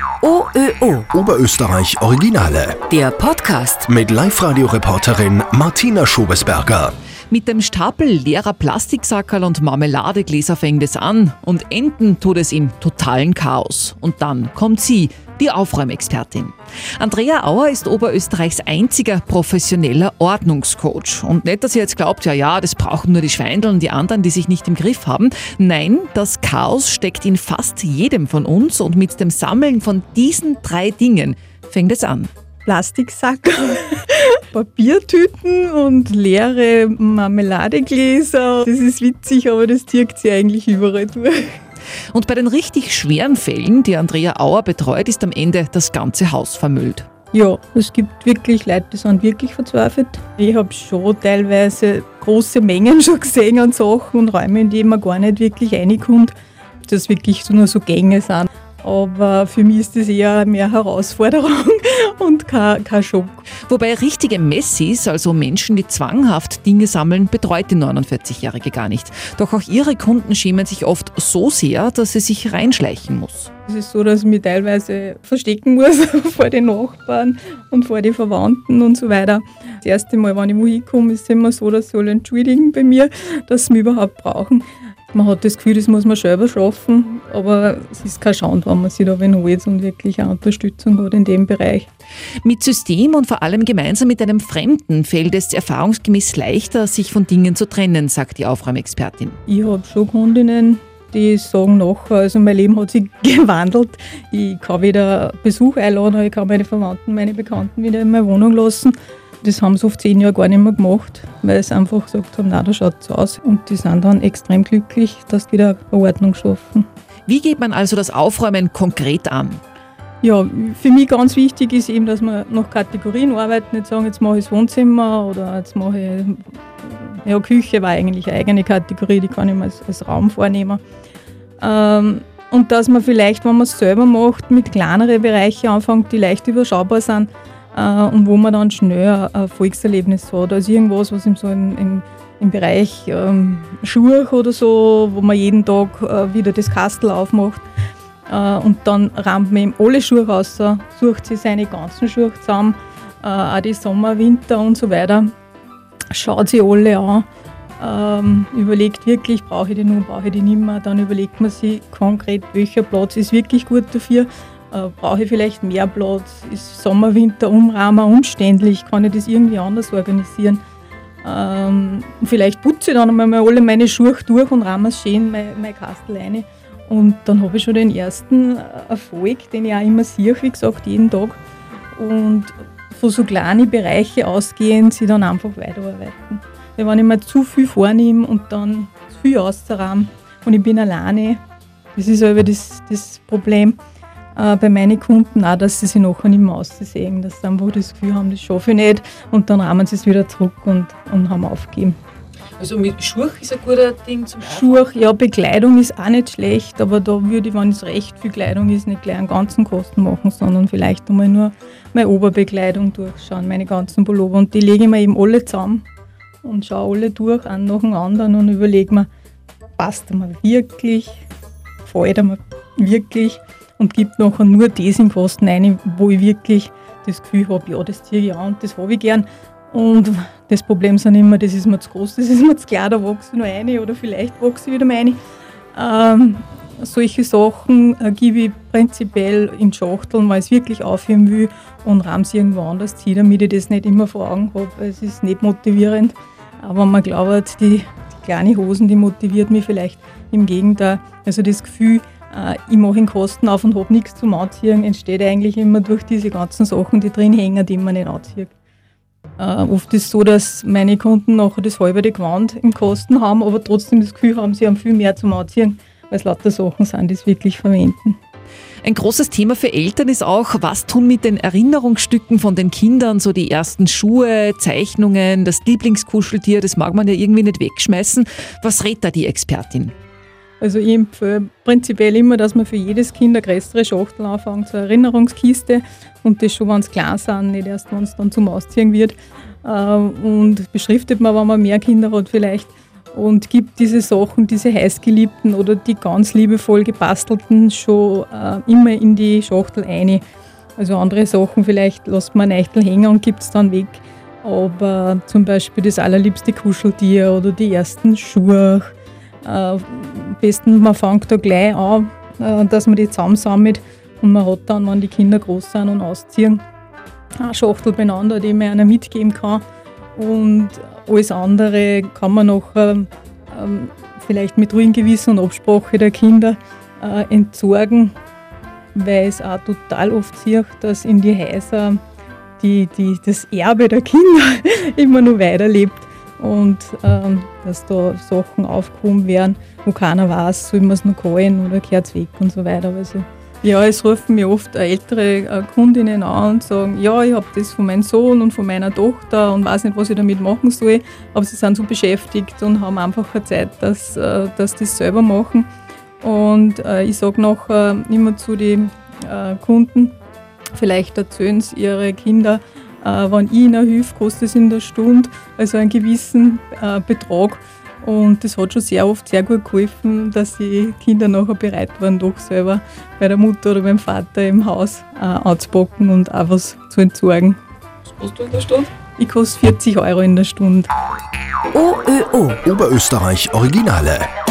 OÖO Oberösterreich Originale. Der Podcast Mit Live-Radio-Reporterin Martina Schobesberger. Mit dem Stapel leerer Plastiksackerl und Marmeladegläser fängt es an und enden tut es im totalen Chaos. Und dann kommt sie, die Aufräumexpertin. Andrea Auer ist Oberösterreichs einziger professioneller Ordnungscoach. Und nicht, dass ihr jetzt glaubt, ja, das brauchen nur die Schweindeln, die anderen, die sich nicht im Griff haben. Nein, das Chaos steckt in fast jedem von uns und mit dem Sammeln von diesen 3 Dingen fängt es an. Plastiksack, Papiertüten und leere Marmeladegläser. Das ist witzig, aber das zieht sich eigentlich überall durch. Und bei den richtig schweren Fällen, die Andrea Auer betreut, ist am Ende das ganze Haus vermüllt. Ja, es gibt wirklich Leute, die sind wirklich verzweifelt. Ich habe schon teilweise große Mengen schon gesehen an Sachen und Räume, in die man gar nicht wirklich reinkommt, dass wirklich nur so Gänge sind. Aber für mich ist das eher mehr Herausforderung und kein Schock. Wobei richtige Messis, also Menschen, die zwanghaft Dinge sammeln, betreut die 49-Jährige gar nicht. Doch auch ihre Kunden schämen sich oft so sehr, dass sie sich reinschleichen muss. Es ist so, dass ich mich teilweise verstecken muss vor den Nachbarn und vor den Verwandten und so weiter. Das erste Mal, wenn ich wo hinkomme, ist es immer so, dass sie alle entschuldigen bei mir, dass sie mich überhaupt brauchen. Man hat das Gefühl, das muss man selber schaffen, aber es ist kein Schande, wenn man sich da wen holt und wirklich eine Unterstützung hat in dem Bereich. Mit System und vor allem gemeinsam mit einem Fremden fällt es erfahrungsgemäß leichter, sich von Dingen zu trennen, sagt die Aufräumexpertin. Ich habe schon Kundinnen, die sagen nachher, also mein Leben hat sich gewandelt. Ich kann wieder Besuch einladen, ich kann meine Verwandten, meine Bekannten wieder in meine Wohnung lassen. Das haben sie oft 10 Jahre gar nicht mehr gemacht, weil sie einfach gesagt haben, nein, da schaut es aus. Und die sind dann extrem glücklich, dass die wieder eine Ordnung schaffen. Wie geht man also das Aufräumen konkret an? Ja, für mich ganz wichtig ist eben, dass man nach Kategorien arbeitet. Nicht sagen, jetzt mache ich das Wohnzimmer oder jetzt mache ich... Ja, Küche war eigentlich eine eigene Kategorie, die kann ich mir als Raum vornehmen. Und dass man vielleicht, wenn man es selber macht, mit kleineren Bereichen anfängt, die leicht überschaubar sind, und wo man dann schnell ein Erfolgserlebnis hat. Also irgendwas, was im Bereich Schuhe oder so, wo man jeden Tag wieder das Kastel aufmacht. Und dann rammt man ihm alle Schuhe raus, sucht sich seine ganzen Schuhe zusammen, auch die Sommer, Winter und so weiter. Schaut sie alle an, überlegt wirklich, brauche ich die nun, brauche ich die nicht mehr. Dann überlegt man sich konkret, welcher Platz ist wirklich gut dafür. Brauche ich vielleicht mehr Platz? Ist Sommer, Winter, Umrahmen umständlich? Kann ich das irgendwie anders organisieren? Vielleicht putze ich dann einmal alle meine Schuhe durch und rahme es schön mein Kastel rein. Und dann habe ich schon den ersten Erfolg, den ich auch immer sehe, wie gesagt, jeden Tag. Und von so kleinen Bereichen ausgehend, sie dann einfach weiterarbeiten. Weil wenn ich mir zu viel vornehme und dann zu viel ausrahme und ich bin alleine, das ist aber das Problem. Bei meinen Kunden auch, dass sie sich nachher nicht mehr aussehen, dass sie einfach das Gefühl haben, das schaffe ich nicht und dann rahmen sie es wieder zurück und haben aufgegeben. Also mit Schuhe ist ein guter Ding zum Schuhe, ja, Bekleidung ist auch nicht schlecht, aber da würde ich, wenn es recht viel Kleidung ist, nicht gleich einen ganzen Kosten machen, sondern vielleicht einmal nur meine Oberbekleidung durchschauen, meine ganzen Pullover, und die lege ich mir eben alle zusammen und schaue alle durch, einen nach dem anderen, und überlege mir, passt er mir wirklich, gefällt er mir wirklich, und gibt nachher nur das in Kosten rein, wo ich wirklich das Gefühl habe, ja, das ziehe ich an und das habe ich gern. Und das Problem ist dann immer, das ist mir zu groß, das ist mir zu klein, da wachse ich noch rein oder vielleicht wachse ich wieder mal rein. Solche Sachen gebe ich prinzipiell in Schachteln, weil ich es wirklich aufhören will, und rahme es irgendwo anders ziehen, damit ich das nicht immer vor Augen habe. Es ist nicht motivierend, aber man glaubt, die kleinen Hosen, die motiviert mich vielleicht im Gegenteil. Also das Gefühl, ich mache den Kasten auf und habe nichts zum Anziehen, entsteht eigentlich immer durch diese ganzen Sachen, die drin hängen, die man nicht anzieht. Oft ist es so, dass meine Kunden nachher das halbe Gewand im Kasten haben, aber trotzdem das Gefühl haben, sie haben viel mehr zum Anziehen, weil es lauter Sachen sind, die sie wirklich verwenden. Ein großes Thema für Eltern ist auch, was tun mit den Erinnerungsstücken von den Kindern, so die ersten Schuhe, Zeichnungen, das Lieblingskuscheltier, das mag man ja irgendwie nicht wegschmeißen. Was rät da die Expertin? Also ich empfehle prinzipiell immer, dass man für jedes Kind eine größere Schachtel anfängt, so eine Erinnerungskiste, und das schon, wenn es klein sind, nicht erst, wenn es dann zum Ausziehen wird. Und beschriftet man, wenn man mehr Kinder hat vielleicht. und gibt diese Sachen, diese heißgeliebten oder die ganz liebevoll gebastelten schon immer in die Schachtel rein. Also andere Sachen vielleicht lässt man ein Eichtel hängen und gibt es dann weg. Aber zum Beispiel das allerliebste Kuscheltier oder die ersten Schuhe. Am besten, man fängt da gleich an, dass man die zusammensammelt und man hat dann, wenn die Kinder groß sind und ausziehen, eine Schachtel beieinander, die man einer mitgeben kann. Und alles andere kann man noch vielleicht mit ruhigem Gewissen und Absprache der Kinder entsorgen, weil es auch total oft sieht, dass in die Häuser das Erbe der Kinder immer noch weiterlebt und dass da Sachen aufgehoben werden, wo keiner weiß, soll man es noch holen oder gehört es weg und so weiter. Also, ja, es rufen mir oft ältere Kundinnen an und sagen, ja, ich habe das von meinem Sohn und von meiner Tochter und weiß nicht, was ich damit machen soll, aber sie sind so beschäftigt und haben einfach keine Zeit, dass das selber machen. Und ich sage nachher immer zu den Kunden, vielleicht erzählen es ihre Kinder, wenn ich ihnen helfe, kostet es in der Stunde also einen gewissen Betrag. Und das hat schon sehr oft sehr gut geholfen, dass die Kinder nachher bereit waren, doch selber bei der Mutter oder beim Vater im Haus anzupacken und auch was zu entsorgen. Was kostet du in der Stunde? Ich koste 40 € in der Stunde. OÖO Oberösterreich Originale.